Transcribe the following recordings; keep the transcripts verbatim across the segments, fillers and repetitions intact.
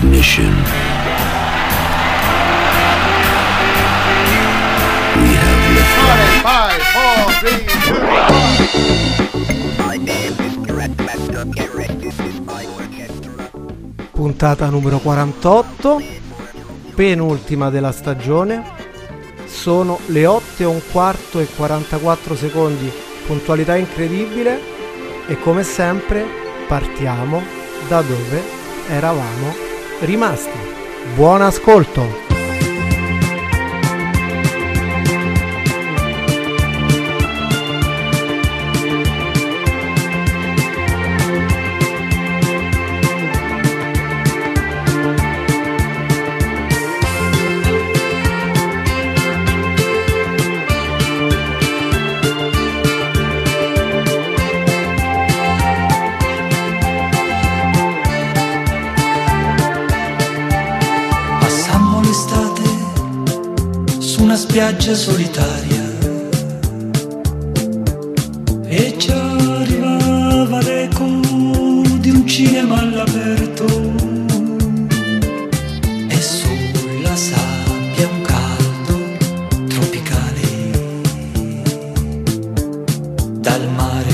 ignition. We have liftoff. Five, four, three, two, one. Puntata numero quarantotto, penultima della stagione. Sono le otto e un quarto e quarantaquattro secondi, puntualità incredibile, e come sempre partiamo da dove eravamo rimasti. Buon ascolto! Spiaggia solitaria e ci arrivava l'eco di un cinema all'aperto e sulla sabbia un caldo tropicale dal mare.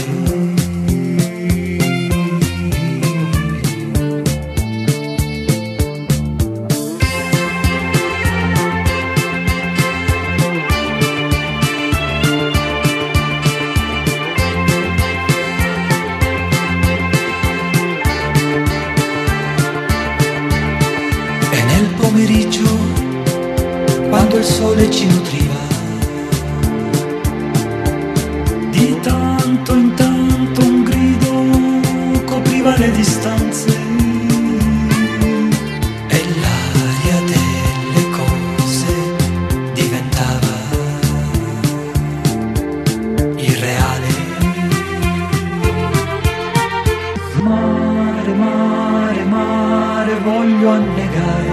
Quando il sole ci nutriva, di tanto in tanto un grido copriva le distanze e l'aria delle cose diventava irreale. Mare, mare, mare, voglio annegare.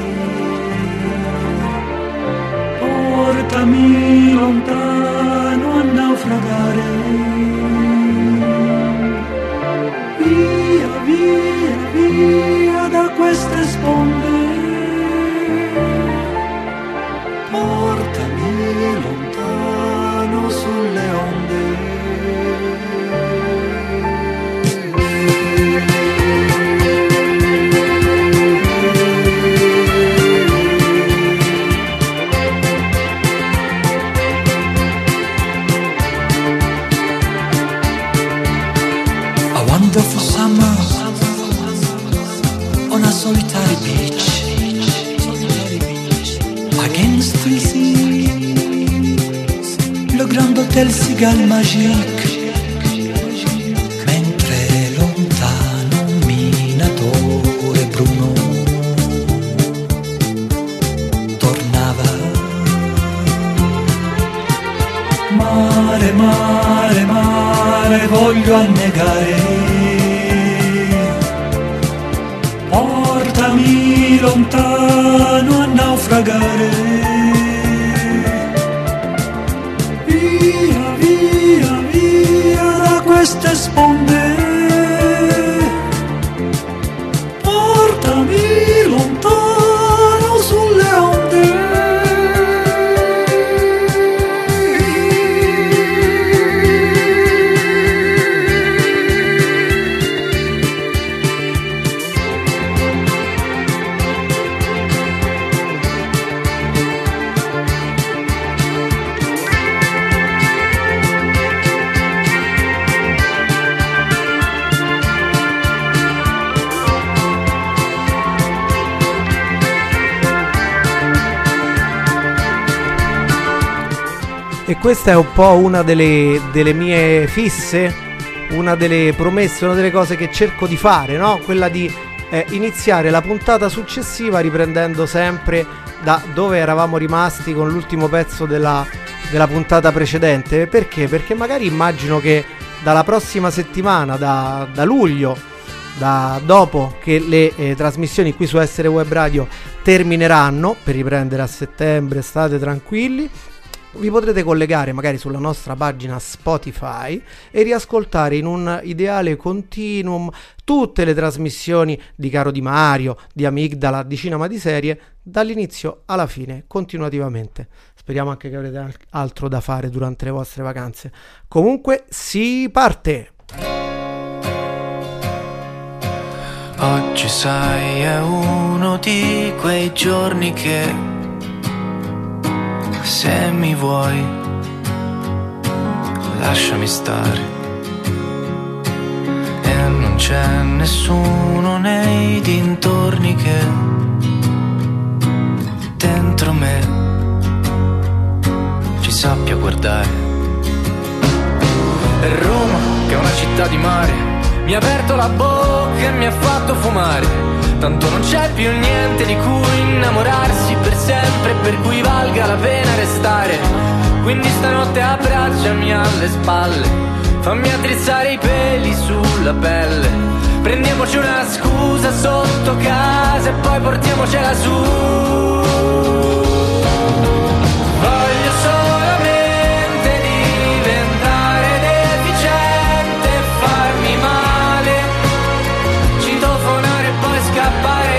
Portami lontano a naufragare, via, via, via da queste sponde, portami lontano sulle onde. Wonderful summer on a solitary beach against the sea, le grand hôtel Cigale Magique, mentre lontano un minatore bruno tornava. Mare, mare, mare, voglio annegare. Portami lontano a naufragare, via, via, via da queste sponde, portami lontano sulle onde. E questa è un po' una delle, delle mie fisse, una delle promesse, una delle cose che cerco di fare, no? Quella di eh, iniziare la puntata successiva riprendendo sempre da dove eravamo rimasti con l'ultimo pezzo della, della puntata precedente. Perché? Perché magari immagino che dalla prossima settimana, da, da luglio, da dopo che le eh, trasmissioni qui su Essere Web Radio termineranno, per riprendere a settembre, state tranquilli. vi potrete collegare magari sulla nostra pagina Spotify e riascoltare in un ideale continuum tutte le trasmissioni di Caro Di Mario, di Amigdala, di Cinema di Serie, dall'inizio alla fine, continuativamente. Speriamo anche che avrete altro da fare durante le vostre vacanze. Comunque, si parte! Oggi sai è uno di quei giorni che se mi vuoi lasciami stare e non c'è nessuno nei dintorni che dentro me ci sappia guardare. E Roma, che è una città di mare, mi ha aperto la bocca e mi ha fatto fumare. Tanto non c'è più niente di cui innamorarsi per sempre, per cui valga la pena restare. Quindi stanotte abbracciami alle spalle, fammi attrezzare i peli sulla pelle. Prendiamoci una scusa sotto casa e poi portiamocela su. Voglio solamente diventare deficiente e farmi male, citofonare e poi scappare.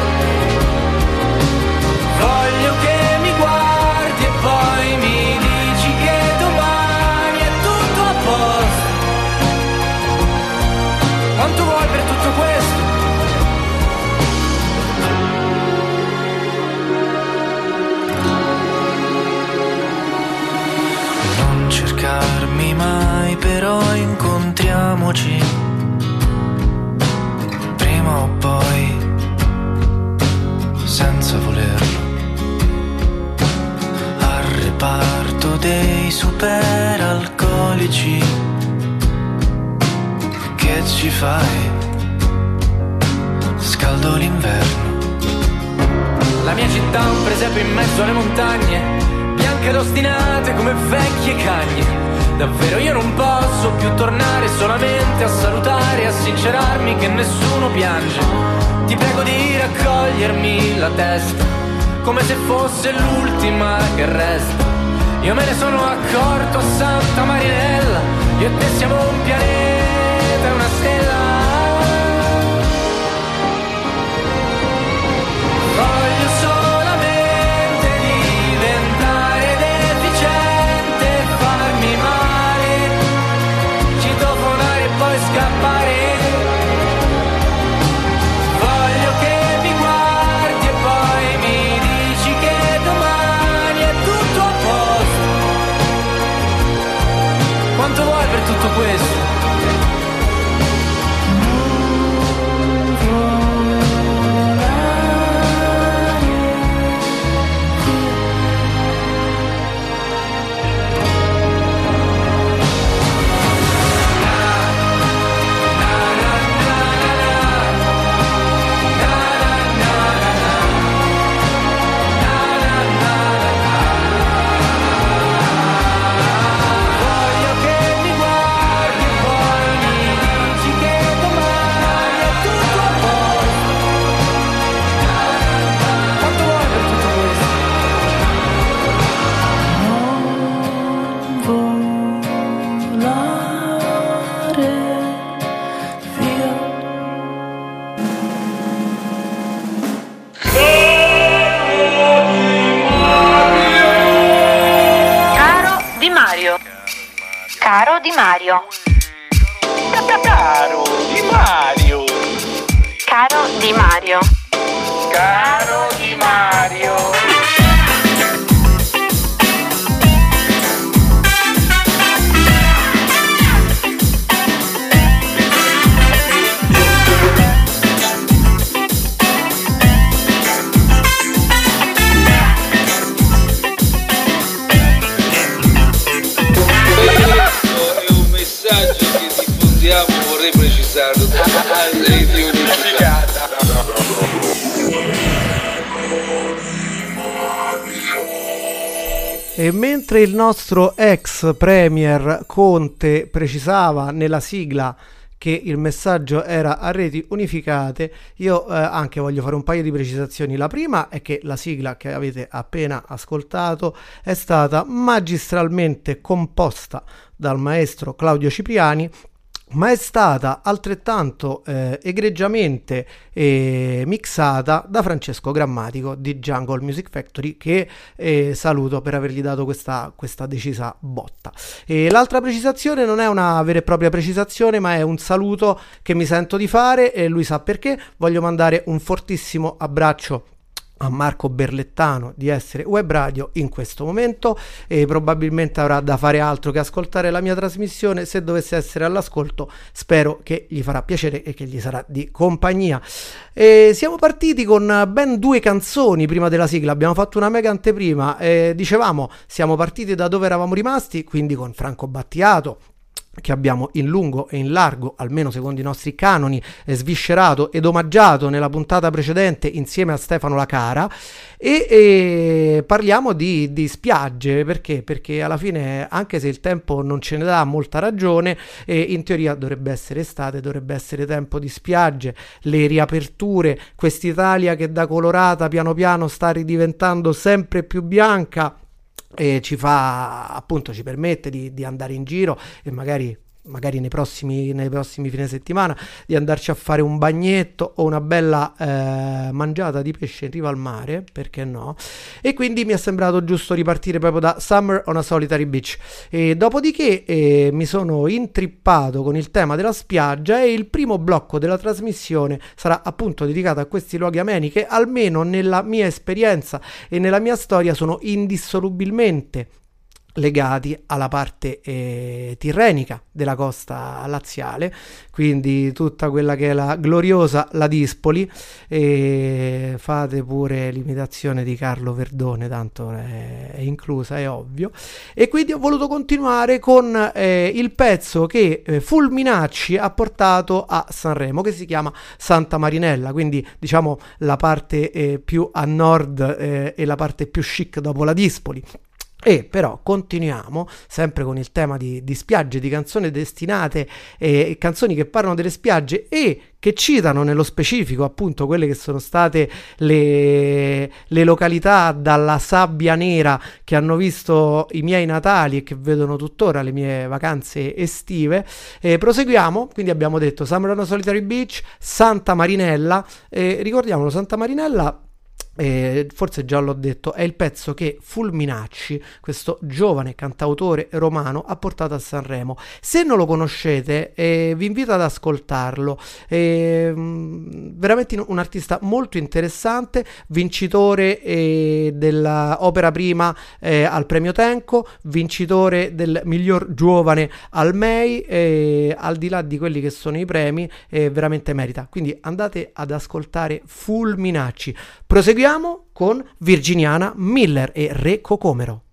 Voglio che mi guardi e poi mi dici che domani è tutto a posto. Quanto vuoi per tutto questo? Non cercarmi mai, però incontriamoci prima o poi, senza volerlo, al reparto dei superalcolici. Che ci fai? Scaldo l'inverno. La mia città è un presepe in mezzo alle montagne, bianche ed ostinate come vecchie cagne. Davvero io non posso più tornare solamente a salutare e a sincerarmi che nessuno piange. Ti prego di raccogliermi la testa come se fosse l'ultima che resta. Io me ne sono accorto a Santa Marinella, io e te siamo un pianeta e una stella. Voglio solamente diventare deficiente e farmi male, citofonare e poi scappare. Voglio che mi guardi e poi mi dici che domani è tutto a posto. Quanto vuoi per tutto questo? Caro Di Mario. Caro Di Mario. Caro Di Mario. Caro Di Mario. Vorrei precisarlo. E mentre il nostro ex premier Conte precisava nella sigla che il messaggio era a reti unificate. Io eh, anche voglio fare un paio di precisazioni. La prima è che la sigla che avete appena ascoltato è stata magistralmente composta dal maestro Claudio Cipriani, ma è stata altrettanto eh, egregiamente eh, mixata da Francesco Grammatico di Jungle Music Factory, che eh, saluto per avergli dato questa, questa decisa botta. E l'altra precisazione non è una vera e propria precisazione, ma è un saluto che mi sento di fare, e lui sa perché. Voglio mandare un fortissimo abbraccio a Marco Berlettano di Essere Web Radio in questo momento, e probabilmente avrà da fare altro che ascoltare la mia trasmissione. Se dovesse essere all'ascolto, spero che gli farà piacere e che gli sarà di compagnia. E siamo partiti con ben due canzoni prima della sigla, abbiamo fatto una mega anteprima, e dicevamo siamo partiti da dove eravamo rimasti, quindi con Franco Battiato, che abbiamo in lungo e in largo, almeno secondo i nostri canoni, sviscerato ed omaggiato nella puntata precedente insieme a Stefano Lacara, e, e parliamo di, di spiagge. Perché? Perché alla fine, anche se il tempo non ce ne dà molta ragione, eh, in teoria dovrebbe essere estate, dovrebbe essere tempo di spiagge, le riaperture, quest'Italia che da colorata piano piano sta ridiventando sempre più bianca, e ci fa, appunto, ci permette di, di andare in giro e magari magari nei prossimi nei prossimi fine settimana di andarci a fare un bagnetto o una bella eh, mangiata di pesce in riva al mare, perché no? E quindi mi è sembrato giusto ripartire proprio da Summer on a Solitary Beach, e dopodiché eh, mi sono intrippato con il tema della spiaggia, e il primo blocco della trasmissione sarà appunto dedicato a questi luoghi ameni che, almeno nella mia esperienza e nella mia storia, sono indissolubilmente legati alla parte eh, tirrenica della costa laziale, quindi tutta quella che è la gloriosa Ladispoli. E fate pure l'imitazione di Carlo Verdone, tanto è, è inclusa, è ovvio. E quindi ho voluto continuare con eh, il pezzo che eh, Fulminacci ha portato a Sanremo, che si chiama Santa Marinella, quindi diciamo la parte eh, più a nord eh, e la parte più chic dopo Ladispoli. E però continuiamo sempre con il tema di, di spiagge, di canzoni destinate, eh, canzoni che parlano delle spiagge e che citano nello specifico appunto quelle che sono state le, le località dalla sabbia nera che hanno visto i miei natali e che vedono tuttora le mie vacanze estive. Eh, proseguiamo, quindi abbiamo detto Summer on a Solitary Beach, Santa Marinella, eh, ricordiamolo, Santa Marinella, Eh, forse già l'ho detto, è il pezzo che Fulminacci, questo giovane cantautore romano, ha portato a Sanremo. Se non lo conoscete, eh, vi invito ad ascoltarlo. Eh, veramente un artista molto interessante, vincitore eh, dell'opera prima eh, al premio Tenco, vincitore del miglior giovane al M E I, eh, al di là di quelli che sono i premi, eh, veramente merita. Quindi andate ad ascoltare Fulminacci. Proseguiamo con Virginiana Miller e Re Cocomero.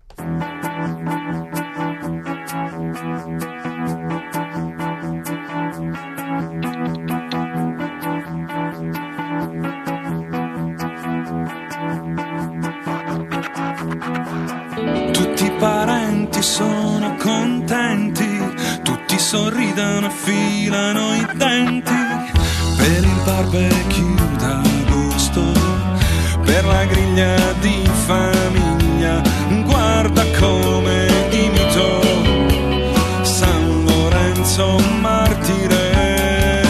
Tutti i parenti sono contenti, tutti sorridono e filano i denti per il barbecue d'agosto, per la griglia di famiglia. Guarda come imito San Lorenzo martire.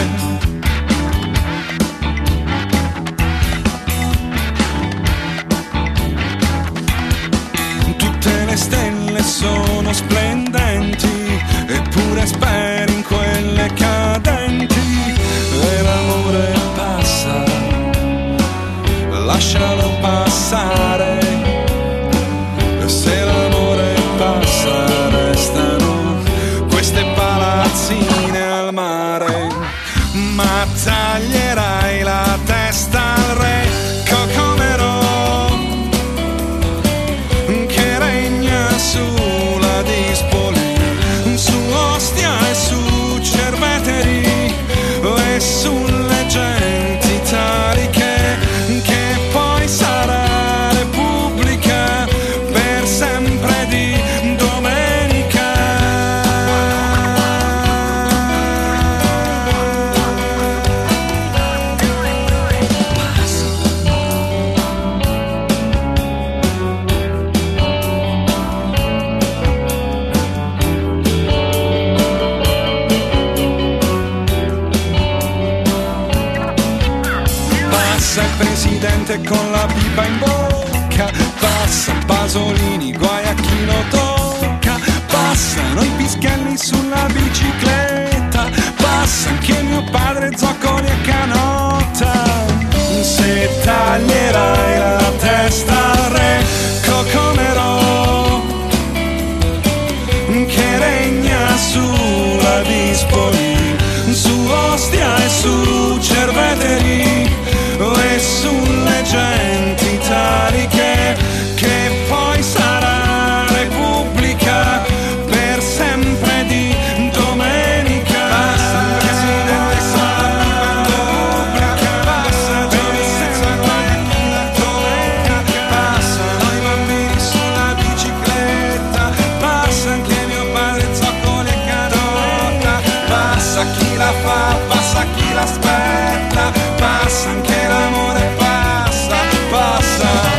Tutte le stelle sono splendenti, eppure speri in quelle cadenti, e l'amore passa, lascialo passare. Se l'amore passa, restano queste palazzine al mare. Ma taglierai la testa al re Cocomero, che regna sulla Dispoli, su Ostia e su Cerveteri, e sulle genti italiche, che poi sarà passa il presidente con la pipa in bocca, passa Pasolini, guai a chi lo tocca, passano i pischelli sulla bicicletta, passa anche mio padre zoccoli e canotta. Se taglierai la testa al re Cocomero che regna sulla Dispoli, su Ostia e su Cerveteri e sulle genti italiche, che poi sarà Repubblica per sempre di domenica. Passa il presidente sulla Repubblica, passa per sempre di domenica, passano i bambini sulla bicicletta, passa anche mio padre zoccoli e canotta, passa chi la fa, passa chi l'aspetta, passa anche l'amore, passa, passa.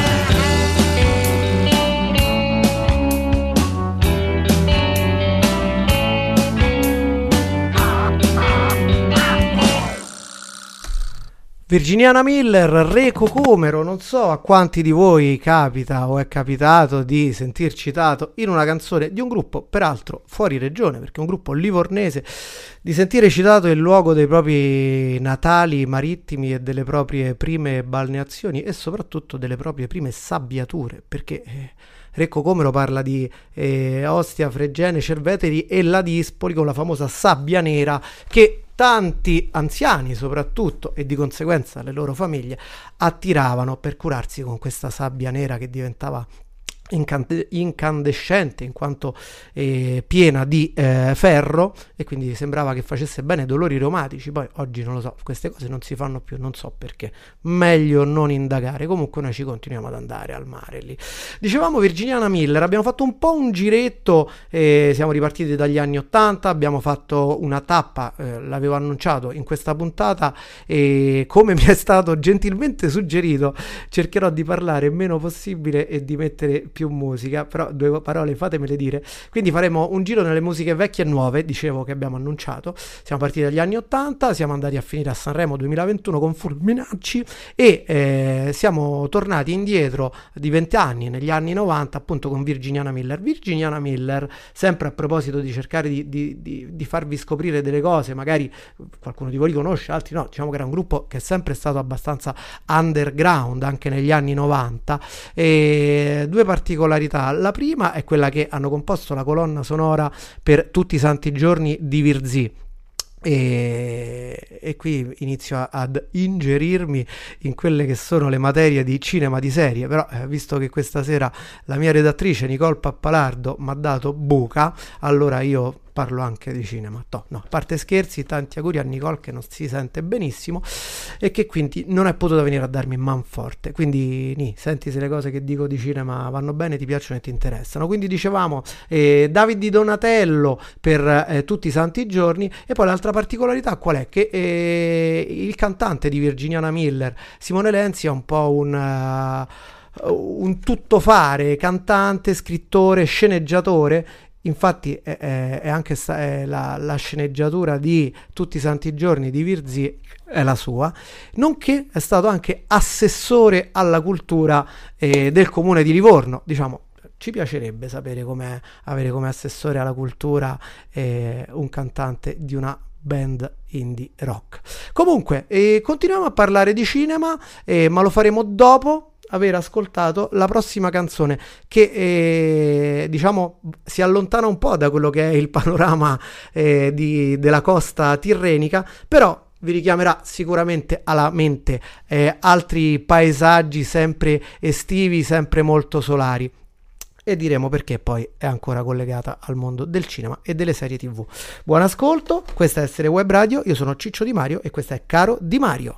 Virginiana Miller, Re Cocomero, non so a quanti di voi capita o è capitato di sentir citato in una canzone di un gruppo, peraltro fuori regione, perché è un gruppo livornese, di sentire citato il luogo dei propri natali marittimi e delle proprie prime balneazioni e soprattutto delle proprie prime sabbiature, perché eh, Re Cocomero parla di eh, Ostia, Fregene, Cerveteri e la Dispoli con la famosa sabbia nera che tanti anziani soprattutto e di conseguenza le loro famiglie attiravano per curarsi con questa sabbia nera che diventava incande- incandescente in quanto eh, piena di eh, ferro e quindi sembrava che facesse bene ai dolori reumatici. Poi oggi non lo so, queste cose non si fanno più, non so perché, meglio non indagare. Comunque noi ci continuiamo ad andare al mare lì. Dicevamo Virginiana Miller, abbiamo fatto un po' un giretto, eh, siamo ripartiti dagli anni ottanta, abbiamo fatto una tappa, eh, l'avevo annunciato in questa puntata e come mi è stato gentilmente suggerito cercherò di parlare meno possibile e di mettere più musica, però due parole fatemele dire. Quindi faremo un giro nelle musiche vecchie e nuove, dicevo, che abbiamo annunciato. Siamo partiti dagli anni ottanta, siamo andati a finire a Sanremo duemilaventuno con Fulminacci e eh, siamo tornati indietro di venti anni, negli anni novanta, appunto con Virginiana Miller. Virginiana Miller, sempre a proposito di cercare di, di, di, di farvi scoprire delle cose, magari qualcuno di voi li conosce, altri no, diciamo che era un gruppo che è sempre stato abbastanza underground anche negli anni novanta. E due particolarità: la prima è quella che hanno composto la colonna sonora per Tutti i Santi Giorni di Virzì. E, e qui inizio a, ad ingerirmi in quelle che sono le materie di cinema di serie, però eh, visto che questa sera la mia redattrice Nicole Pappalardo mi ha dato buca, allora io parlo anche di cinema. No, no, a parte scherzi, tanti auguri a Nicole che non si sente benissimo e che quindi non è potuta venire a darmi manforte. Quindi ni, senti se le cose che dico di cinema vanno bene, ti piacciono e ti interessano. Quindi dicevamo eh, David Di Donatello per eh, Tutti i Santi Giorni. E poi l'altra particolarità qual è? Che eh, il cantante di Virginiana Miller, Simone Lenzi, è un po' un, uh, un tuttofare, cantante, scrittore, sceneggiatore. Infatti è, è, è anche sta, è la, la sceneggiatura di Tutti i Santi Giorni di Virzì è la sua, nonché è stato anche assessore alla cultura eh, del comune di Livorno. Diciamo, ci piacerebbe sapere com'è avere come assessore alla cultura eh, un cantante di una band indie rock. Comunque eh, continuiamo a parlare di cinema, eh, ma lo faremo dopo aver ascoltato la prossima canzone che eh, diciamo si allontana un po' da quello che è il panorama eh, di, della costa tirrenica, però vi richiamerà sicuramente alla mente eh, altri paesaggi sempre estivi, sempre molto solari, e diremo perché poi è ancora collegata al mondo del cinema e delle serie tv. Buon ascolto, questa è Essere Web Radio, io sono Ciccio Di Mario e questa è Caro Di Mario.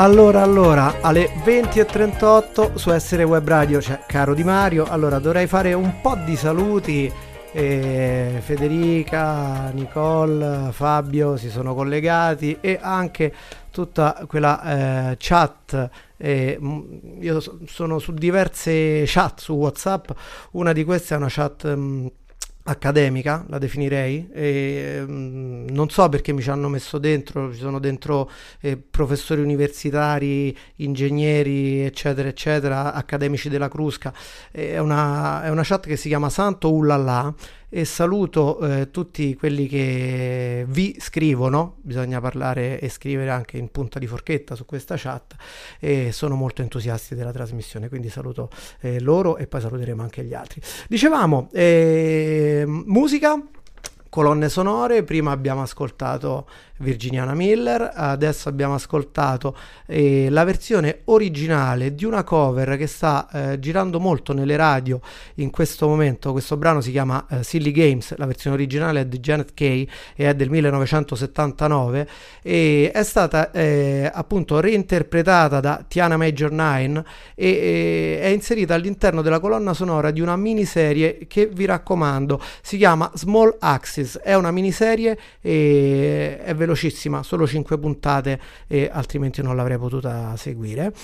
Allora, allora, alle venti e trentotto su Essere Web Radio c'è Caro Di Mario. Allora, dovrei fare un po' di saluti. Eh, Federica, Nicole, Fabio si sono collegati e anche tutta quella eh, chat. Eh, io so, sono su diverse chat su WhatsApp. Una di queste è una chat mh, accademica, la definirei, e, mh, non so perché mi ci hanno messo dentro, ci sono dentro eh, professori universitari, ingegneri eccetera eccetera, accademici della Crusca. È una, è una chat che si chiama Santo Ullala, e saluto eh, tutti quelli che vi scrivono. Bisogna parlare e scrivere anche in punta di forchetta su questa chat, e sono molto entusiasti della trasmissione, quindi saluto eh, loro e poi saluteremo anche gli altri. Dicevamo eh, musica, colonne sonore. Prima abbiamo ascoltato Virginiana Miller, adesso abbiamo ascoltato eh, la versione originale di una cover che sta eh, girando molto nelle radio in questo momento. Questo brano si chiama eh, Silly Games, la versione originale è di Janet Kay e è del millenovecentosettantanove, e è stata eh, appunto reinterpretata da Tiana Major nine e eh, è inserita all'interno della colonna sonora di una miniserie che vi raccomando, si chiama Small Axis. È una miniserie e è velocissima, solo cinque puntate, e altrimenti non l'avrei potuta seguire.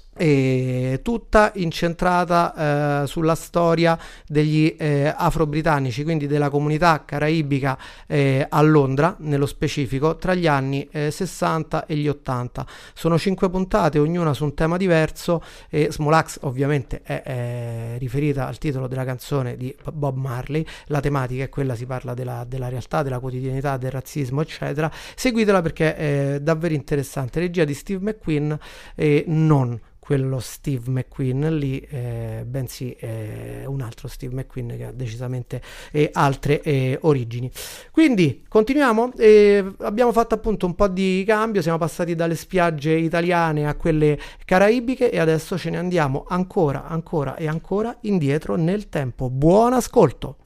E tutta incentrata eh, sulla storia degli eh, afro-britannici, quindi della comunità caraibica eh, a Londra nello specifico, tra gli anni eh, sessanta e gli ottanta. Sono cinque puntate, ognuna su un tema diverso, e Small Axe ovviamente è, è riferita al titolo della canzone di Bob Marley. La tematica è quella, si parla della, della realtà, della quotidianità, del razzismo eccetera. Seguitela perché è davvero interessante. Regia di Steve McQueen, e non quello Steve McQueen lì, eh, bensì eh, un altro Steve McQueen che ha decisamente eh, altre eh, origini. Quindi continuiamo, eh, abbiamo fatto appunto un po' di cambio, siamo passati dalle spiagge italiane a quelle caraibiche e adesso ce ne andiamo ancora, ancora e ancora indietro nel tempo. Buon ascolto!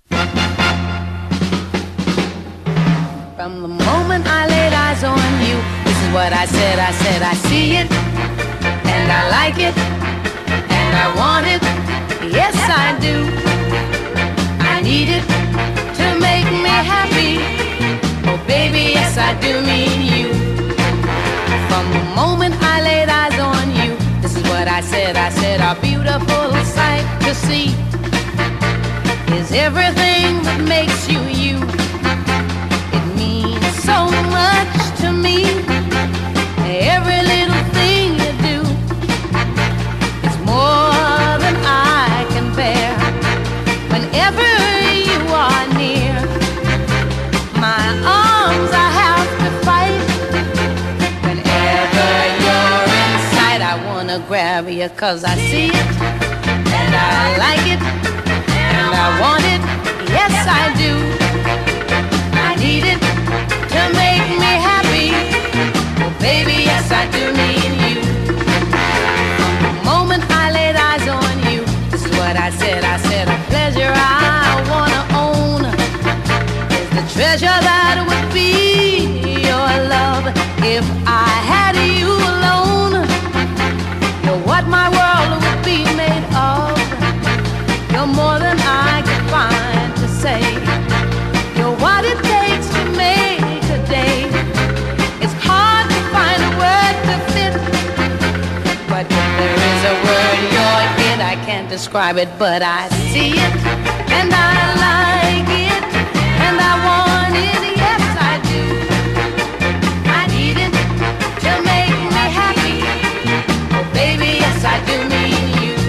From the moment I laid eyes on you, this is what I said, I said I see it, and I like it, and I want it, yes I do. I need it to make me happy, oh baby, yes I do mean you. From the moment I laid eyes on you, this is what I said, I said a beautiful sight to see is everything that makes you you. It means so much to me, every little thing you do is more than I can bear. Whenever you are near, my arms I have to fight. Whenever you're in sight, I wanna grab you, cause I see it, and I like it, and I want it, yes I do. I need it to make me happy, oh baby, yes I do mean you. From the moment I laid eyes on you, this is what I said, I said a pleasure I wanna own is the treasure that would be your love. If I had you alone, you're what my world would be made of. You're more than I could find to say. You're what it takes to make a day. It's hard to find a word to fit, but if there is a word you're in, I can't describe it, but I see it, and I like it, and I want it, yes I do. I need it to make me happy, oh baby, yes I do mean you.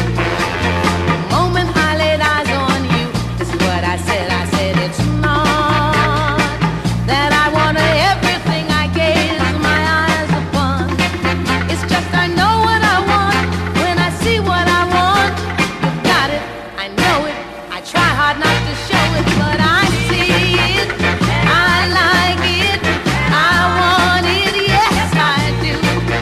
The moment I laid eyes on you, this is what I said, I said it's not that I want everything I gaze my eyes upon. It's just I know what I want when I see what I want. You've got it, I know it, I try hard not to show it, but I see it, I like it, I want it, yes I do.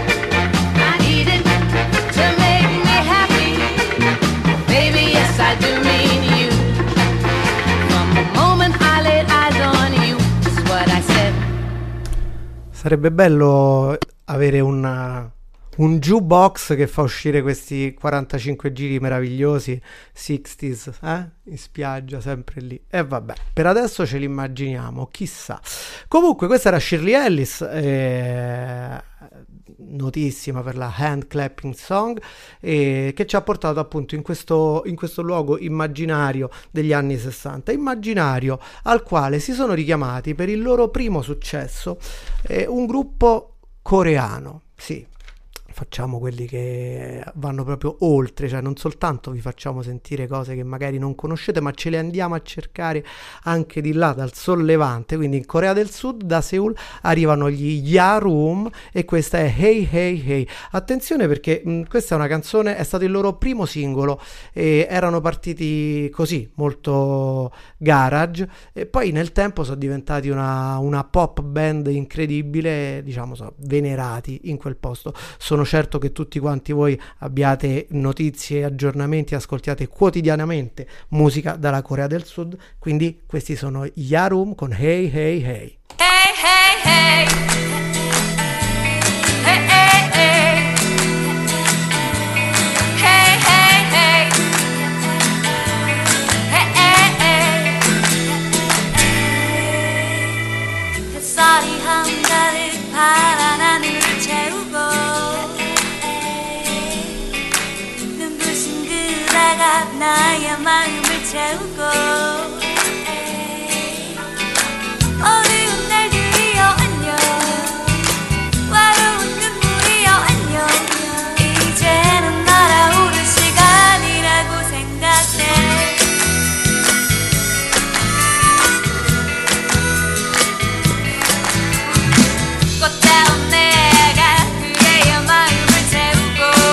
I need it to make me happy, baby, yes I do mean you. From the moment I laid eyes on you, this is what I said. Sarebbe bello avere una, un jukebox che fa uscire questi quarantacinque giri meravigliosi sessantas, eh? In spiaggia, sempre lì. E vabbè, per adesso ce li immaginiamo, chissà. Comunque questa era Shirley Ellis, eh, notissima per la hand clapping song, eh, che ci ha portato appunto in questo, in questo luogo immaginario degli anni sessanta, immaginario al quale si sono richiamati per il loro primo successo eh, un gruppo coreano. Sì, facciamo quelli che vanno proprio oltre, cioè non soltanto vi facciamo sentire cose che magari non conoscete, ma ce le andiamo a cercare anche di là, dal sollevante. Quindi in Corea del Sud, da Seoul, arrivano gli Yarum e questa è Hey Hey Hey. Attenzione perché mh, questa è una canzone, è stato il loro primo singolo e erano partiti così, molto garage, e poi nel tempo sono diventati una, una pop band incredibile, diciamo, sono venerati in quel posto. Sono certo che tutti quanti voi abbiate notizie, aggiornamenti, ascoltiate quotidianamente musica dalla Corea del Sud, quindi questi sono Yarum con Hey Hey Hey. Hey hey hey. Hey hey hey. Hey hey hey. Hey hey hey. 햇살이 한가득 파란 하늘을 채우고 나의 마음을 채우고 어두운 날들이여 안녕 외로운 눈물이여 안녕 이제는 날아오를 시간이라고 생각해 꽃다운 내가 그대의 마음을 채우고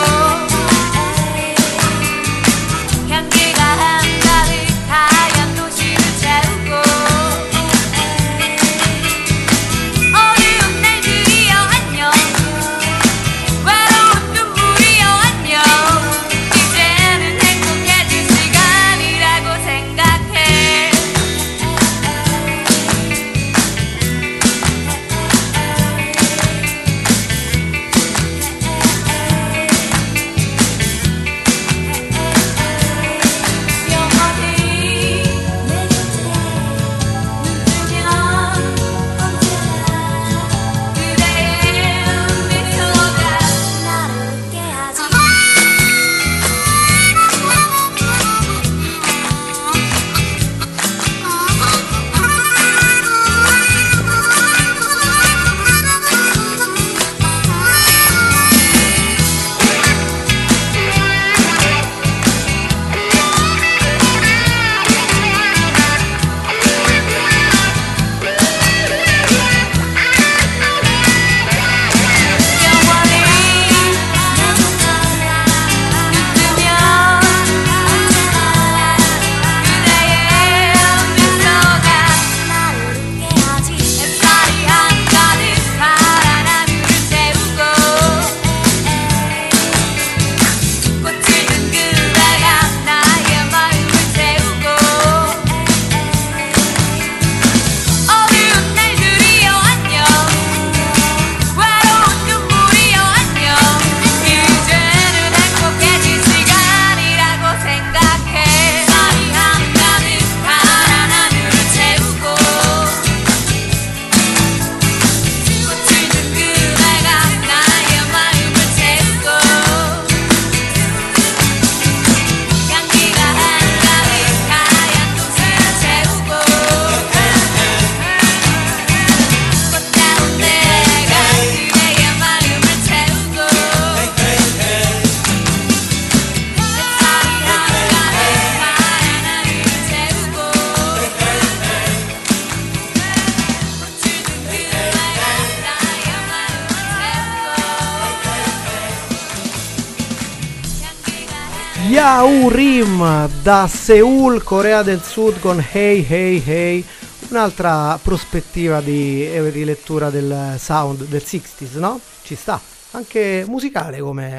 Yarum da Seoul, Corea del Sud con Hey Hey Hey, un'altra prospettiva di rilettura del sound del sessantas, no? Ci sta, anche musicale come,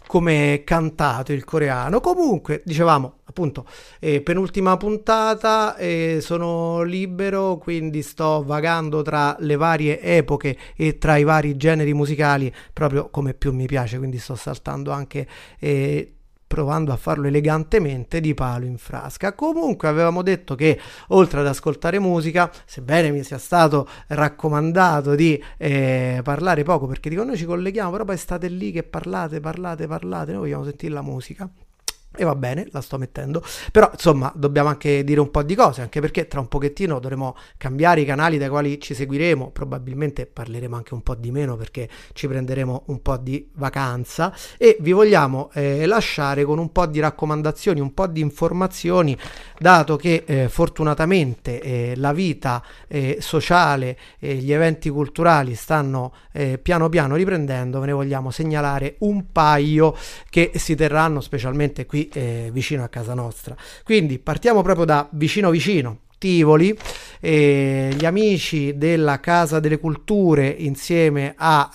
come è cantato il coreano. Comunque, dicevamo, appunto, eh, penultima puntata, eh, sono libero, quindi sto vagando tra le varie epoche e tra i vari generi musicali, proprio come più mi piace, quindi sto saltando anche... Eh, provando a farlo elegantemente di palo in frasca. Comunque avevamo detto che oltre ad ascoltare musica, sebbene mi sia stato raccomandato di eh, parlare poco, perché dico noi ci colleghiamo, però poi state lì che parlate, parlate, parlate, noi vogliamo sentire la musica. E va bene, la sto mettendo, però insomma dobbiamo anche dire un po' di cose, anche perché tra un pochettino dovremo cambiare i canali dai quali ci seguiremo, probabilmente parleremo anche un po' di meno perché ci prenderemo un po' di vacanza, e vi vogliamo eh, lasciare con un po' di raccomandazioni, un po' di informazioni, dato che eh, fortunatamente eh, la vita eh, sociale e gli eventi culturali stanno eh, piano piano riprendendo. Ve ne vogliamo segnalare un paio che si terranno specialmente qui Eh, vicino a casa nostra. Quindi partiamo proprio da vicino vicino, Tivoli. Eh, gli amici della Casa delle Culture insieme a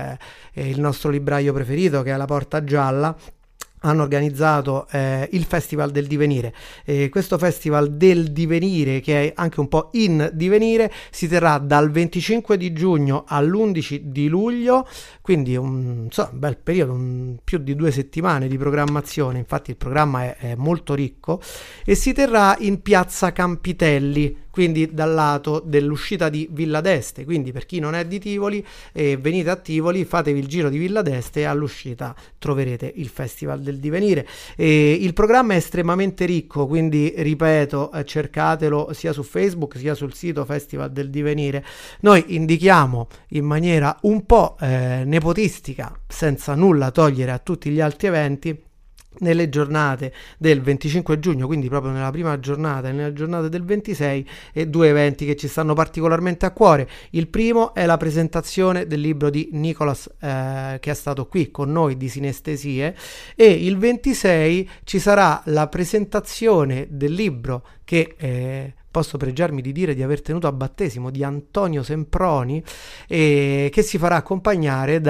eh, il nostro libraio preferito, che è la Porta Gialla, hanno organizzato eh, il Festival del Divenire. Eh, questo Festival del Divenire, che è anche un po' in divenire, si terrà dal venticinque di giugno all'undici di luglio, quindi un, insomma, un bel periodo, un, più di due settimane di programmazione. Infatti il programma è, è molto ricco, e si terrà in piazza Campitelli, quindi dal lato dell'uscita di Villa d'Este. Quindi per chi non è di Tivoli, eh, venite a Tivoli, fatevi il giro di Villa d'Este e all'uscita troverete il Festival del Divenire. Eh, il programma è estremamente ricco, quindi ripeto, eh, cercatelo sia su Facebook sia sul sito Festival del Divenire. Noi indichiamo in maniera un po' eh, nepotistica, senza nulla togliere a tutti gli altri eventi, nelle giornate del venticinque giugno, quindi proprio nella prima giornata e nella giornata del ventisei, e due eventi che ci stanno particolarmente a cuore. Il primo è la presentazione del libro di Nicolas, eh, che è stato qui con noi, di Sinestesie, e il ventisei ci sarà la presentazione del libro che eh, posso pregiarmi di dire di aver tenuto a battesimo, di Antonio Semproni, eh, che si farà accompagnare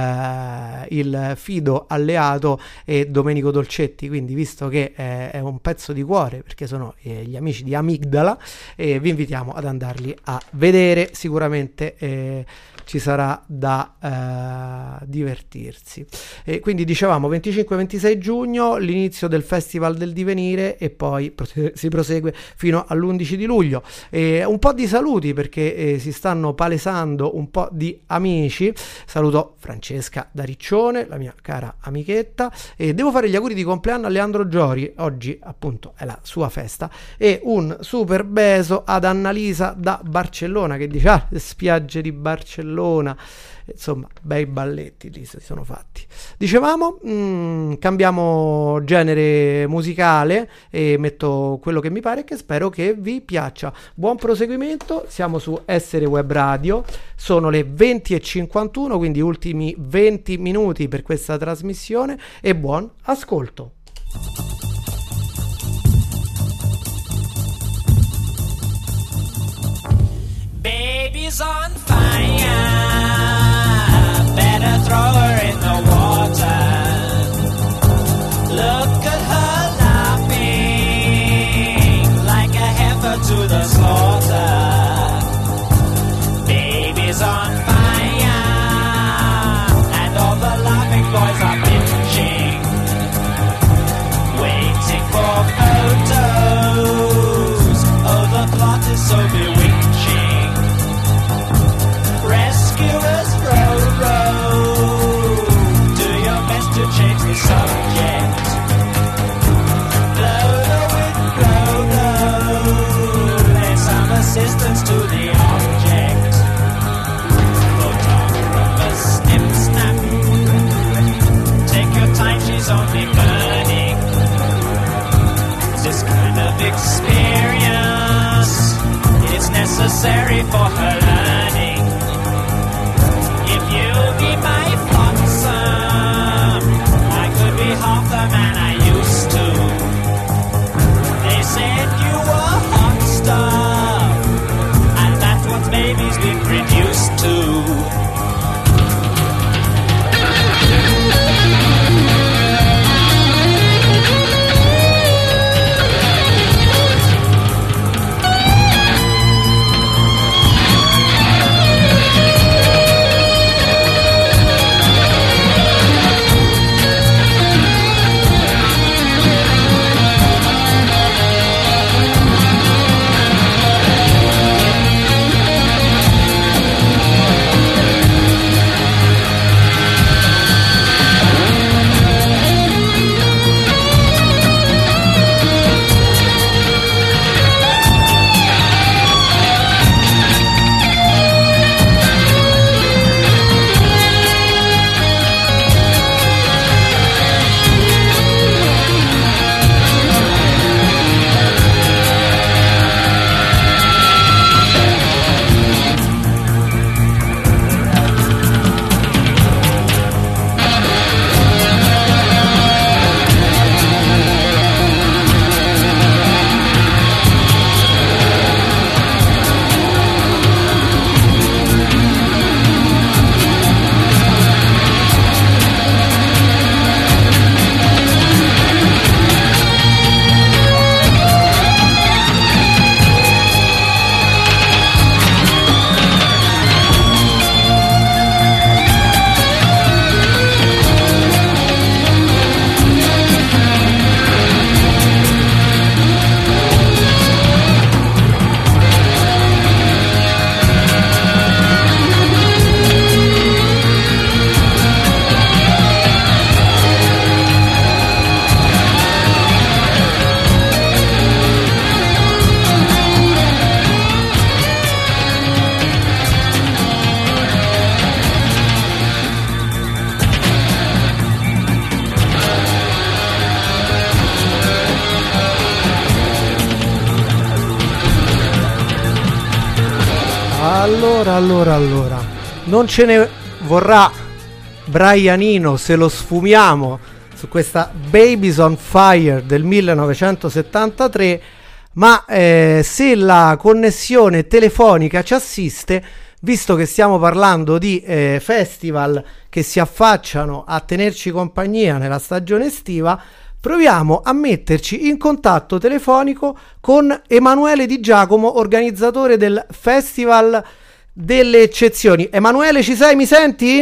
da eh, il fido alleato e Domenico Dolcetti. Quindi, visto che eh, è un pezzo di cuore, perché sono eh, gli amici di Amigdala, eh, vi invitiamo ad andarli a vedere. Sicuramente eh, ci sarà da eh, divertirsi. E quindi dicevamo venticinque ventisei giugno l'inizio del Festival del Divenire, e poi prose- si prosegue fino all'undici di luglio. E un po' di saluti, perché eh, si stanno palesando un po' di amici. Saluto Francesca da Riccione, la mia cara amichetta, e devo fare gli auguri di compleanno a Leandro Giori, oggi appunto è la sua festa, e un super beso ad Annalisa da Barcellona, che dice ah, le spiagge di Barcellona. Insomma, bei balletti lì si sono fatti. Dicevamo, mh, cambiamo genere musicale e metto quello che mi pare, che spero che vi piaccia. Buon proseguimento, siamo su Essere Web Radio, sono le venti e cinquantuno, quindi ultimi venti minuti per questa trasmissione, e buon ascolto. Baby's on fire, better throw her in the water. Look at her laughing like a heifer to the slaughter. Baby's on fire, and all the laughing boys are bitching, waiting for photos. Oh, the plot is so bewitching. Rescuers row, row, do your best to change the subject. Blow the wind, blow, blow, lend some assistance to the object. Photographers snip, snap, take your time, she's only burning. This kind of experience, it's necessary for her learning. Be my flotsam, I could be half the man I used to. They said you were hot stuff, and that's what babies been reduced to. Allora, allora, allora, non ce ne vorrà Brianino se lo sfumiamo su questa Babies on Fire del millenovecentosettantatré, ma eh, se la connessione telefonica ci assiste, visto che stiamo parlando di eh, festival che si affacciano a tenerci compagnia nella stagione estiva, proviamo a metterci in contatto telefonico con Emanuele Di Giacomo, organizzatore del Festival delle Eccezioni. Emanuele, ci sei? Mi senti?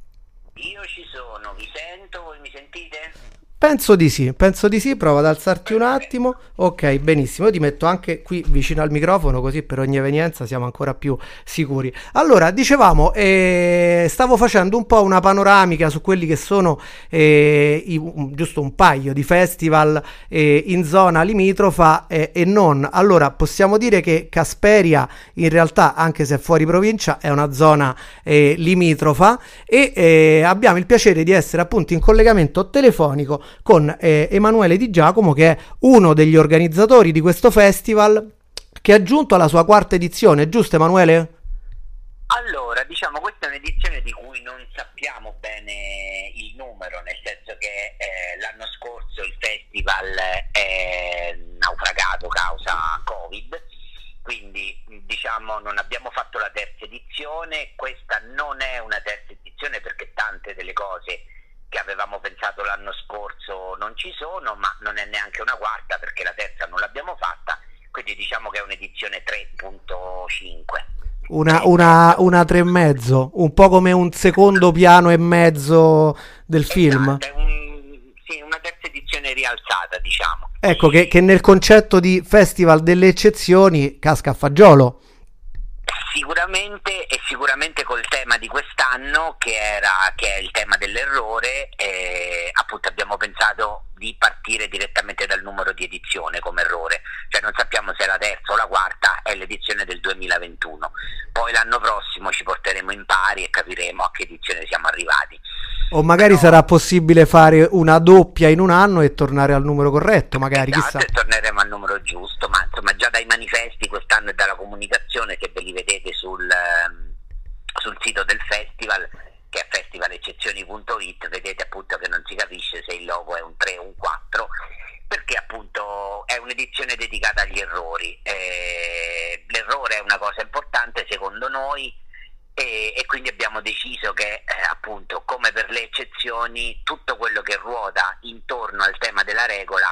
Io ci sono, vi sento, voi mi sentite? Penso di sì, penso di sì, prova ad alzarti un attimo. Ok, benissimo, io ti metto anche qui vicino al microfono, così per ogni evenienza siamo ancora più sicuri. Allora, dicevamo, eh, stavo facendo un po' una panoramica su quelli che sono eh, i, un, giusto un paio di festival eh, in zona limitrofa eh, e non. Allora, possiamo dire che Casperia in realtà, anche se è fuori provincia, è una zona eh, limitrofa, e eh, abbiamo il piacere di essere appunto in collegamento telefonico con eh, Emanuele Di Giacomo, che è uno degli organizzatori di questo festival, che è giunto alla sua quarta edizione, giusto Emanuele? Allora, diciamo, questa è un'edizione di cui non sappiamo bene il numero, nel senso che eh, l'anno scorso il festival è naufragato causa Covid, quindi diciamo non abbiamo fatto la terza edizione. Questa non è una terza edizione perché tante delle cose che avevamo pensato l'anno scorso non ci sono, ma non è neanche una quarta perché la terza non l'abbiamo fatta, quindi diciamo che è un'edizione tre punto cinque. Una, una, una tre e mezzo, un po' come un secondo piano e mezzo del Esatto, film. È un, sì, una terza edizione rialzata, diciamo. Ecco, che, che nel concetto di Festival delle Eccezioni casca a fagiolo. Sicuramente, e sicuramente col tema di quest'anno, che era che è il tema dell'errore, eh, appunto abbiamo pensato di partire direttamente dal numero di edizione come errore, cioè non sappiamo se è la terza o la quarta, è l'edizione del duemilaventuno. Poi l'anno prossimo ci porteremo in pari e capiremo a che edizione siamo arrivati. O magari Però, sarà possibile fare una doppia in un anno e tornare al numero corretto, magari, esatto, chissà. E torneremo al numero giusto, ma insomma già dai manifesti quest'anno e dalla comunicazione, se ve li vedete sul, sul sito del festival, che è festival eccezioni punto it, vedete appunto che non si capisce se il logo è un tre o un quattro, perché appunto è un'edizione dedicata agli errori. Eh, l'errore è una cosa importante secondo noi, e, e quindi abbiamo deciso che eh, appunto, come per le eccezioni, tutto quello che ruota intorno al tema della regola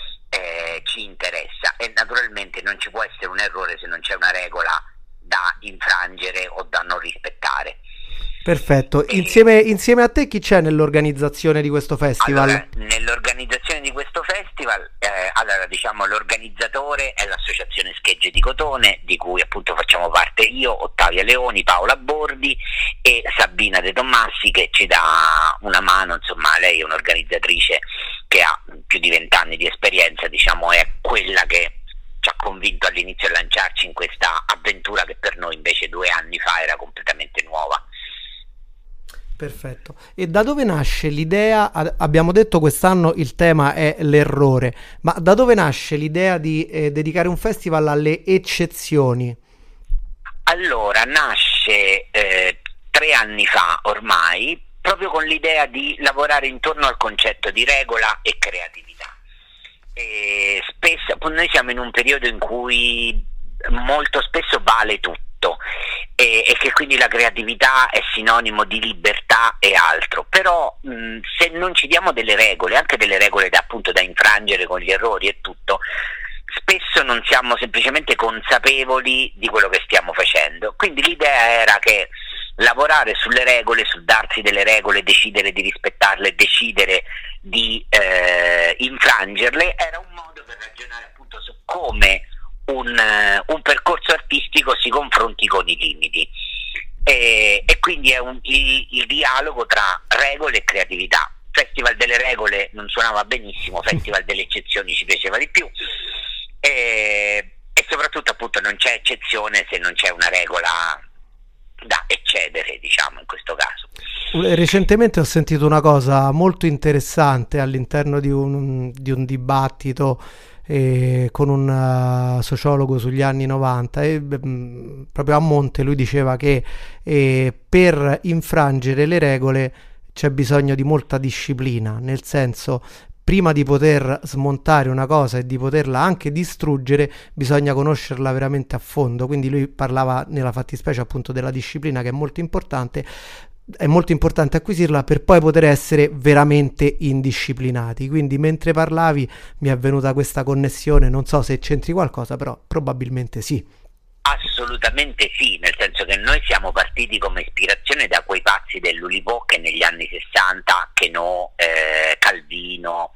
eh, ci interessa, e naturalmente non ci può essere un errore se non c'è una regola da infrangere o da non rispettare. Perfetto. Insieme, insieme a te chi c'è nell'organizzazione di questo festival? Allora, nell'organizzazione di questo festival, eh, allora diciamo l'organizzatore è l'associazione Schegge di Cotone, di cui appunto facciamo parte io, Ottavia Leoni, Paola Bordi e Sabina De Tommassi, che ci dà una mano. Insomma, lei è un'organizzatrice che ha più di vent'anni di esperienza, diciamo è quella che ci ha convinto all'inizio a lanciarci in questa avventura che per noi invece due anni fa era completamente nuova. Perfetto. E da dove nasce l'idea? Abbiamo detto quest'anno il tema è l'errore, ma da dove nasce l'idea di eh, dedicare un festival alle eccezioni? Allora, nasce eh, tre anni fa ormai, proprio con l'idea di lavorare intorno al concetto di regola e creatività. E spesso noi siamo in un periodo in cui molto spesso vale tutto, e, e che quindi la creatività è sinonimo di libertà e altro, però mh, se non ci diamo delle regole, anche delle regole da, appunto da infrangere con gli errori e tutto, spesso non siamo semplicemente consapevoli di quello che stiamo facendo. Quindi l'idea era che lavorare sulle regole, sul darsi delle regole, decidere di rispettarle, decidere di eh, infrangerle, era un modo per ragionare appunto su come un, uh, un percorso artistico si confronti con i limiti, e, e quindi è un, il, il dialogo tra regole e creatività. Festival delle regole non suonava benissimo, Festival delle eccezioni ci piaceva di più, e, e soprattutto appunto non c'è eccezione se non c'è una regola da eccedere, diciamo, in questo caso. Recentemente ho sentito una cosa molto interessante all'interno di un, di un dibattito eh, con un uh, sociologo sugli anni novanta e mh, proprio a monte lui diceva che eh, per infrangere le regole c'è bisogno di molta disciplina, nel senso, prima di poter smontare una cosa e di poterla anche distruggere bisogna conoscerla veramente a fondo, quindi lui parlava nella fattispecie appunto della disciplina, che è molto importante. È molto importante acquisirla per poi poter essere veramente indisciplinati. Quindi mentre parlavi mi è venuta questa connessione, non so se c'entri qualcosa, però probabilmente sì. Assolutamente sì, nel senso che noi siamo partiti come ispirazione da quei pazzi dell'Oulipo che negli anni sessanta, Queneau, eh, Calvino,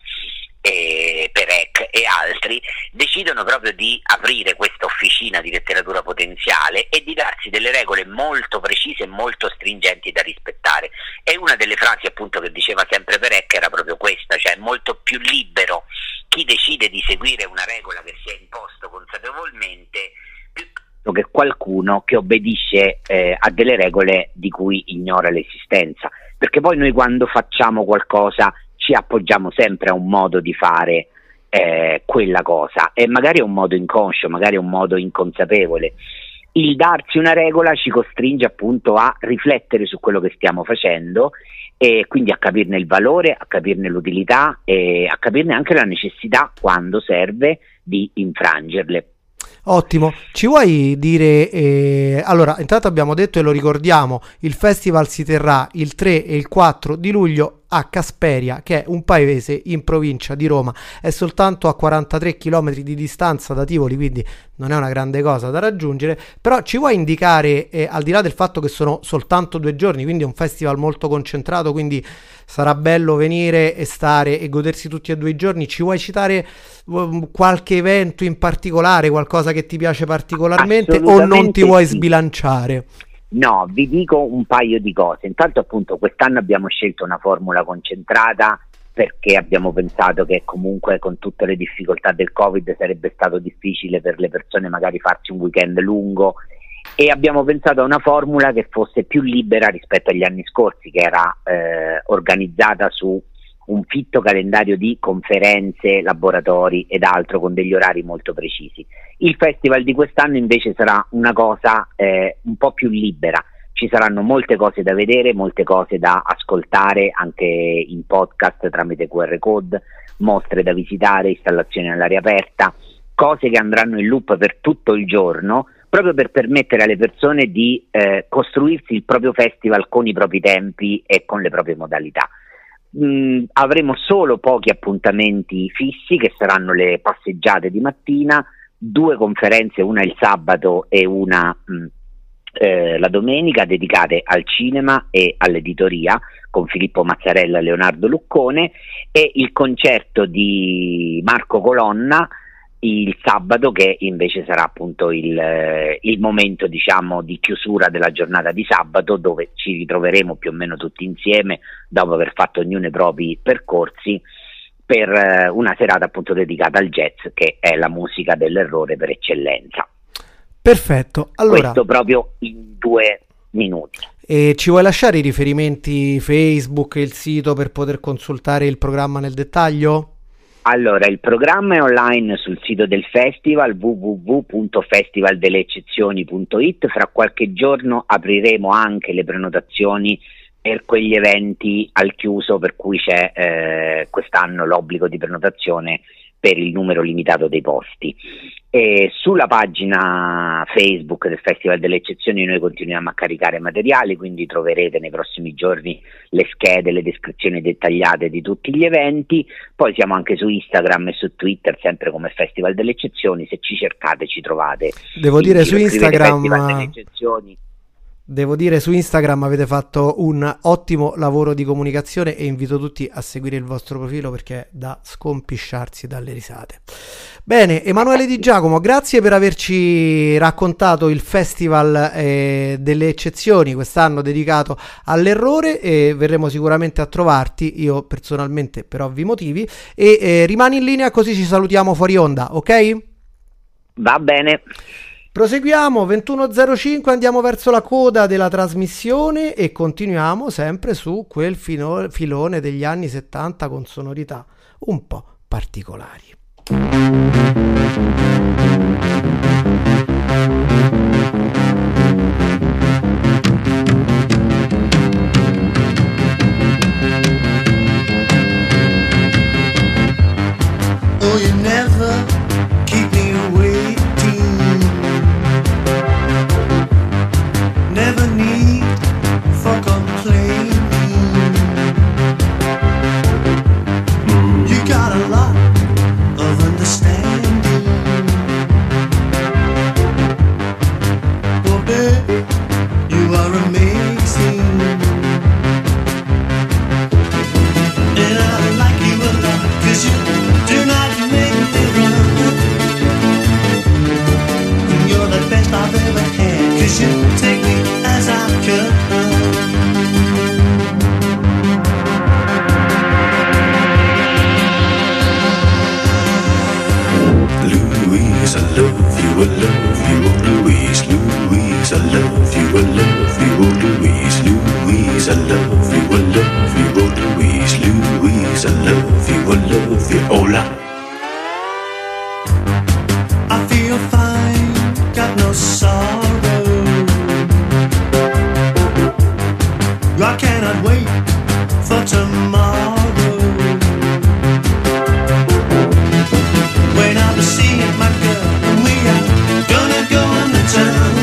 e Perec e altri decidono proprio di aprire questa officina di letteratura potenziale e di darsi delle regole molto precise e molto stringenti da rispettare. E una delle frasi appunto che diceva sempre Perec era proprio questa, cioè molto più libero chi decide di seguire una regola che si è imposto consapevolmente più che qualcuno che obbedisce eh, a delle regole di cui ignora l'esistenza, perché poi noi quando facciamo qualcosa ci appoggiamo sempre a un modo di fare eh, quella cosa, e magari è un modo inconscio, magari è un modo inconsapevole. Il darsi una regola ci costringe appunto a riflettere su quello che stiamo facendo e quindi a capirne il valore, a capirne l'utilità e a capirne anche la necessità, quando serve, di infrangerle. Ottimo, ci vuoi dire, eh, allora intanto abbiamo detto e lo ricordiamo, il festival si terrà il tre e il quattro di luglio a Casperia, che è un paese in provincia di Roma, è soltanto a quarantatré chilometri di distanza da Tivoli, quindi non è una grande cosa da raggiungere, però ci vuoi indicare, eh, al di là del fatto che sono soltanto due giorni, quindi è un festival molto concentrato, quindi sarà bello venire e stare e godersi tutti e due i giorni, ci vuoi citare um, qualche evento in particolare, qualcosa che ti piace particolarmente o non ti vuoi sì. sbilanciare? No, vi dico un paio di cose. Intanto appunto quest'anno abbiamo scelto una formula concentrata perché abbiamo pensato che comunque con tutte le difficoltà del Covid sarebbe stato difficile per le persone magari farsi un weekend lungo, e abbiamo pensato a una formula che fosse più libera rispetto agli anni scorsi, che era eh, organizzata su un fitto calendario di conferenze, laboratori ed altro con degli orari molto precisi. Il festival di quest'anno invece sarà una cosa eh, un po' più libera, ci saranno molte cose da vedere, molte cose da ascoltare anche in podcast tramite Q R code, mostre da visitare, installazioni all'aria aperta, cose che andranno in loop per tutto il giorno, proprio per permettere alle persone di eh, costruirsi il proprio festival con i propri tempi e con le proprie modalità. Mm, avremo solo pochi appuntamenti fissi, che saranno le passeggiate di mattina, due conferenze, una il sabato e una mm, eh, la domenica, dedicate al cinema e all'editoria, con Filippo Mazzarella e Leonardo Luccone, e il concerto di Marco Colonna il sabato, che invece sarà appunto il, eh, il momento, diciamo, di chiusura della giornata di sabato, dove ci ritroveremo più o meno tutti insieme dopo aver fatto ognuno i propri percorsi per eh, una serata appunto dedicata al jazz, che è la musica dell'errore per eccellenza. Perfetto, allora questo proprio in due minuti. E ci vuoi lasciare i riferimenti Facebook e il sito per poter consultare il programma nel dettaglio? Allora, il programma è online sul sito del festival w w w punto festival delle eccezioni punto i t. Fra qualche giorno apriremo anche le prenotazioni per quegli eventi al chiuso, per cui c'è eh, quest'anno l'obbligo di prenotazione per il numero limitato dei posti. E sulla pagina Facebook del Festival delle Eccezioni noi continuiamo a caricare materiali, quindi troverete nei prossimi giorni le schede, le descrizioni dettagliate di tutti gli eventi. Poi siamo anche su Instagram e su Twitter, sempre come Festival delle Eccezioni, se ci cercate ci trovate. Devo in dire giro, su Instagram Festival delle Eccezioni. Devo dire su Instagram avete fatto un ottimo lavoro di comunicazione e invito tutti a seguire il vostro profilo perché è da scompisciarsi dalle risate. Bene, Emanuele Di Giacomo, grazie per averci raccontato il Festival eh, delle Eccezioni, quest'anno dedicato all'errore, e verremo sicuramente a trovarti, io personalmente per ovvi motivi, e eh, rimani in linea così ci salutiamo fuori onda, ok? Va bene. Proseguiamo, ventuno e zero cinque, andiamo verso la coda della trasmissione e continuiamo sempre su quel fino- filone degli anni settanta con sonorità un po' particolari. Oh, you never keep me waiting. Never need for complaining. You got a lot of understanding. Oh, babe, you are amazing. And I like you a lot, 'cause you do not make me run. You're the best I've ever had, 'cause you take me as I come. Louise, I love you, I love you, oh Louise, Louise, I love you, I love you, oh Louise, Louise, I love you, I love you, oh Louise, Louise, I love you, I love you, hola. I feel fine, got no sorrow. I cannot wait for tomorrow. When I'm seeing my girl, and we are gonna go on the town.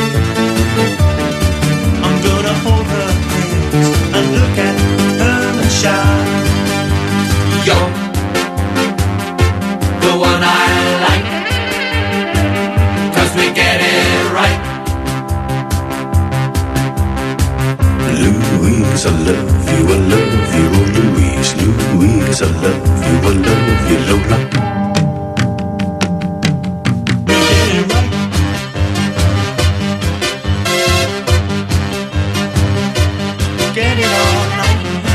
I'm gonna hold her hands and look at her and shout, You're the one I like, 'cause we get it right. Louise, I love you, I love you, oh Louise, Louise, I love you, I love you, Lola. get it all night.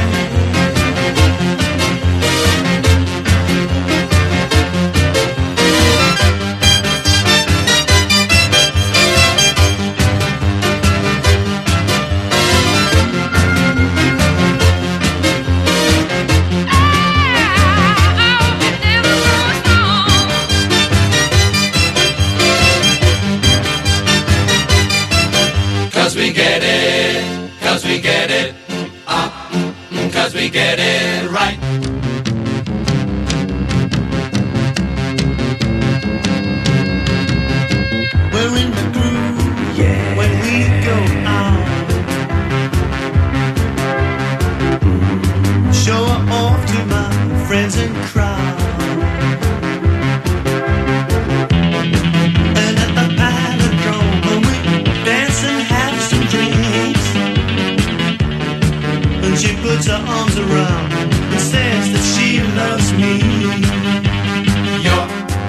Cause we get it, cause we get it, uh, cause we get it right. We're in the groove, yeah. When we go out, show her off to my friends and crowd. And at the Palindrome, when we dance and have some drinks, and she puts her arms around and says that she loves me. You're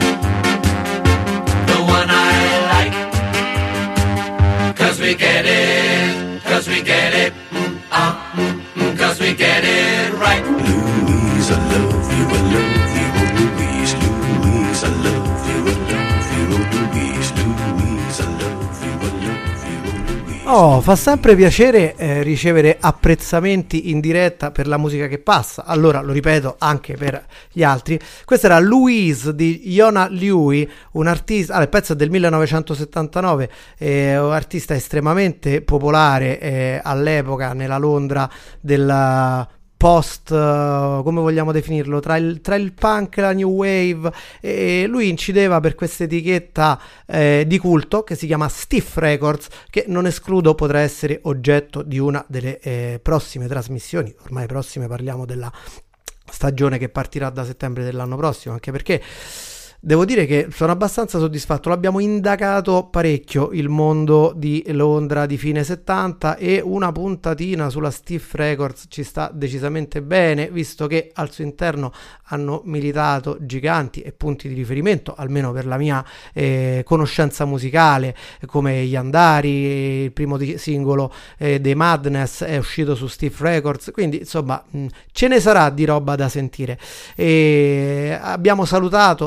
the one I like, cause we get it, cause we get it, mm, uh, mm, cause we get it right. Louise, I love you, I love you, oh Louise, Louise, I love you, I love you, oh Louise, Louise, I love you, I love you, oh Louise. Oh, fa sempre piacere eh, ricevere apprezzamenti in diretta per la musica che passa. Allora, lo ripeto anche per gli altri. Questa era Louise di Yona Lui, un artista, ah, il pezzo è del millenovecentosettantanove, eh, un artista estremamente popolare eh, all'epoca nella Londra del post, uh, come vogliamo definirlo, tra il, tra il punk e la new wave, e lui incideva per questa etichetta eh, di culto che si chiama Stiff Records, che non escludo potrà essere oggetto di una delle eh, prossime trasmissioni. Ormai prossime, parliamo della stagione che partirà da settembre dell'anno prossimo, anche perché devo dire che sono abbastanza soddisfatto. L'abbiamo indagato parecchio il mondo di Londra di fine settanta, e una puntatina sulla Stiff Records ci sta decisamente bene, visto che al suo interno hanno militato giganti e punti di riferimento, almeno per la mia eh, conoscenza musicale, come gli Andari. Il primo di- singolo eh, dei Madness è uscito su Stiff Records, quindi insomma mh, ce ne sarà di roba da sentire. E abbiamo salutato Emanuele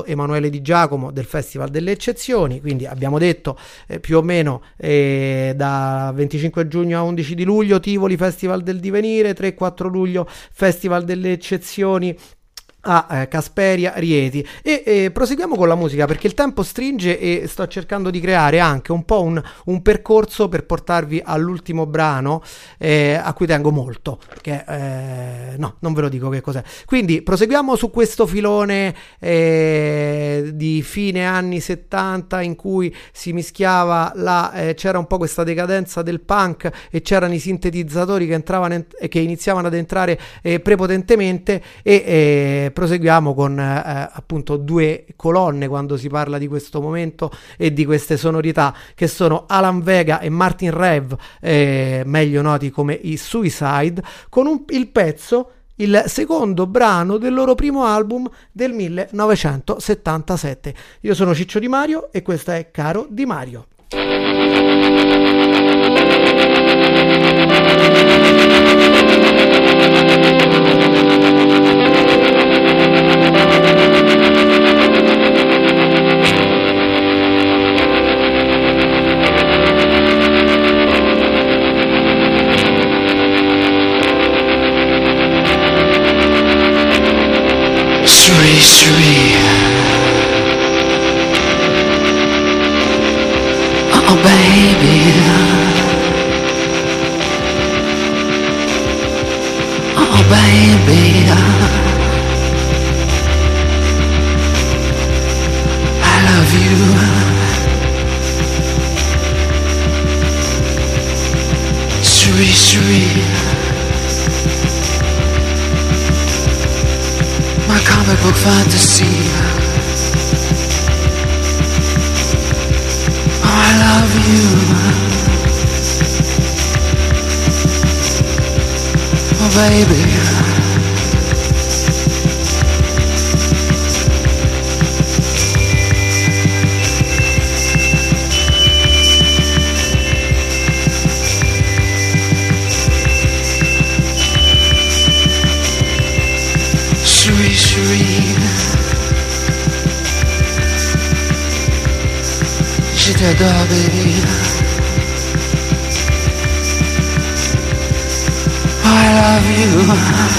Sole di Giacomo del Festival delle Eccezioni, quindi abbiamo detto eh, più o meno eh, da venticinque giugno a undici di luglio Tivoli Festival del Divenire, tre quattro luglio Festival delle Eccezioni a eh, Casperia, Rieti, e eh, proseguiamo con la musica perché il tempo stringe e sto cercando di creare anche un po' un, un percorso per portarvi all'ultimo brano eh, a cui tengo molto, che eh, no, non ve lo dico che cos'è. Quindi proseguiamo su questo filone eh, di fine anni settanta in cui si mischiava la, eh, c'era un po' questa decadenza del punk e c'erano i sintetizzatori che entravano en- che iniziavano ad entrare eh, prepotentemente e eh, proseguiamo con eh, appunto due colonne quando si parla di questo momento e di queste sonorità, che sono Alan Vega e Martin Rev, eh, meglio noti come i Suicide, con un, il pezzo, il secondo brano del loro primo album del millenovecentosettantasette. Io sono Ciccio Di Mario e questa è Caro Di Mario. Suri, suri. Oh baby, oh baby, I love you. Suri, suri. My comic book fantasy. Oh, I love you. Oh, baby. Chérie, chérie, je t'adore, baby. Oh, I love you.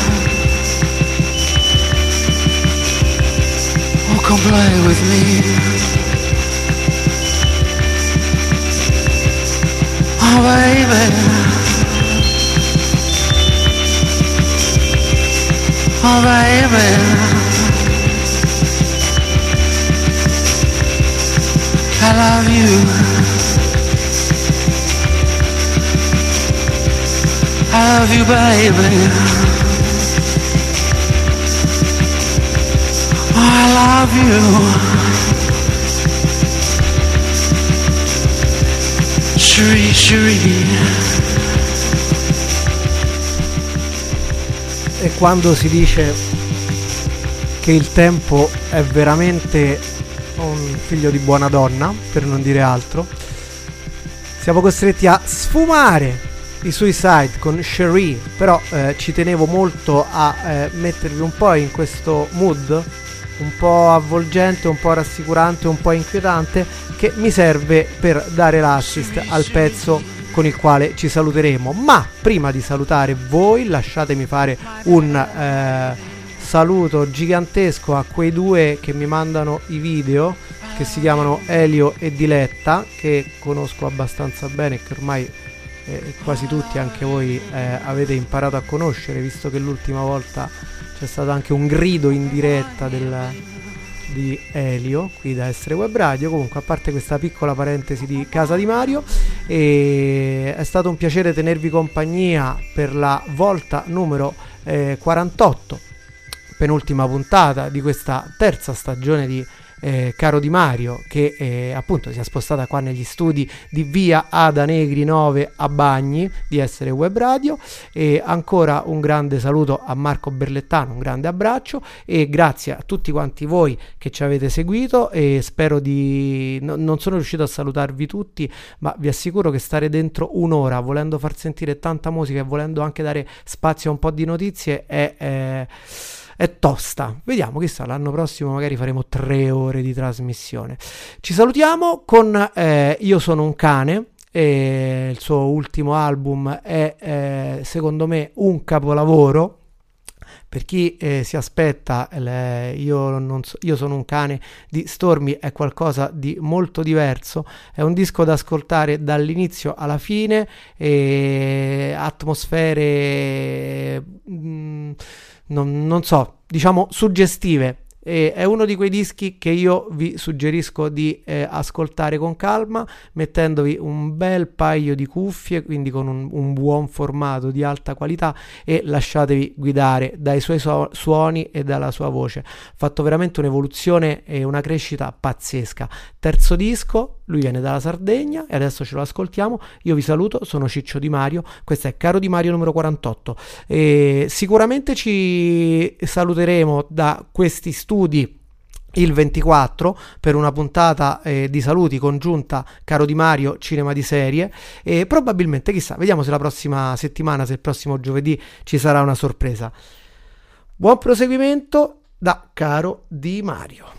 Oh, come play with me. Oh, baby. Oh baby, I love you. I love you, baby. Oh, I love you. Chérie, chérie. E quando si dice che il tempo è veramente un figlio di buona donna, per non dire altro, siamo costretti a sfumare i Suicide con Cherie, però eh, ci tenevo molto a eh, mettervi un po' in questo mood un po' avvolgente, un po' rassicurante, un po' inquietante, che mi serve per dare l'assist al pezzo con il quale ci saluteremo. Ma prima di salutare voi, lasciatemi fare un eh, saluto gigantesco a quei due che mi mandano i video, che si chiamano Elio e Diletta, che conosco abbastanza bene e che ormai eh, quasi tutti, anche voi, eh, avete imparato a conoscere, visto che l'ultima volta c'è stato anche un grido in diretta del di Elio qui da Essere Web Radio. Comunque, a parte questa piccola parentesi di Casa di Mario, e è stato un piacere tenervi compagnia per la volta numero eh, quarantotto, penultima puntata di questa terza stagione di Eh, Caro Di Mario, che eh, appunto si è spostata qua negli studi di via Ada Negri nove a Bagni di Essere Web Radio. E ancora un grande saluto a Marco Berlettano, un grande abbraccio, e grazie a tutti quanti voi che ci avete seguito, e spero di no, non sono riuscito a salutarvi tutti, ma vi assicuro che stare dentro un'ora volendo far sentire tanta musica e volendo anche dare spazio a un po' di notizie è eh, è tosta. Vediamo, chissà, l'anno prossimo magari faremo tre ore di trasmissione. Ci salutiamo con eh, Io sono un cane. E il suo ultimo album è eh, secondo me un capolavoro. Per chi eh, si aspetta le, io, non so, io sono un cane di Stormy, è qualcosa di molto diverso, è un disco da ascoltare dall'inizio alla fine, e atmosfere mh, non, non so, diciamo suggestive. E è uno di quei dischi che io vi suggerisco di eh, ascoltare con calma, mettendovi un bel paio di cuffie, quindi con un, un buon formato di alta qualità, e lasciatevi guidare dai suoi so- suoni e dalla sua voce. Fatto veramente un'evoluzione e una crescita pazzesca. Terzo disco, lui viene dalla Sardegna e adesso ce lo ascoltiamo. Io vi saluto, sono Ciccio Di Mario, questo è Caro Di Mario numero quarantotto, e sicuramente ci saluteremo da questi studi il ventiquattro per una puntata eh, di saluti congiunta Caro Di Mario Cinema di Serie, e probabilmente, chissà, vediamo se la prossima settimana, se il prossimo giovedì ci sarà una sorpresa. Buon proseguimento da Caro Di Mario.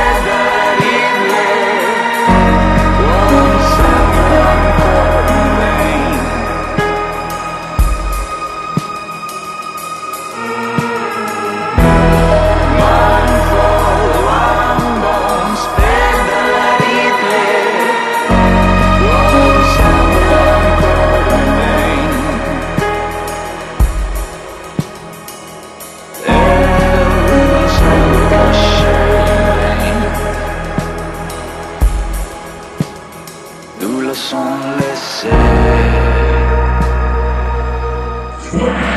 One Louise.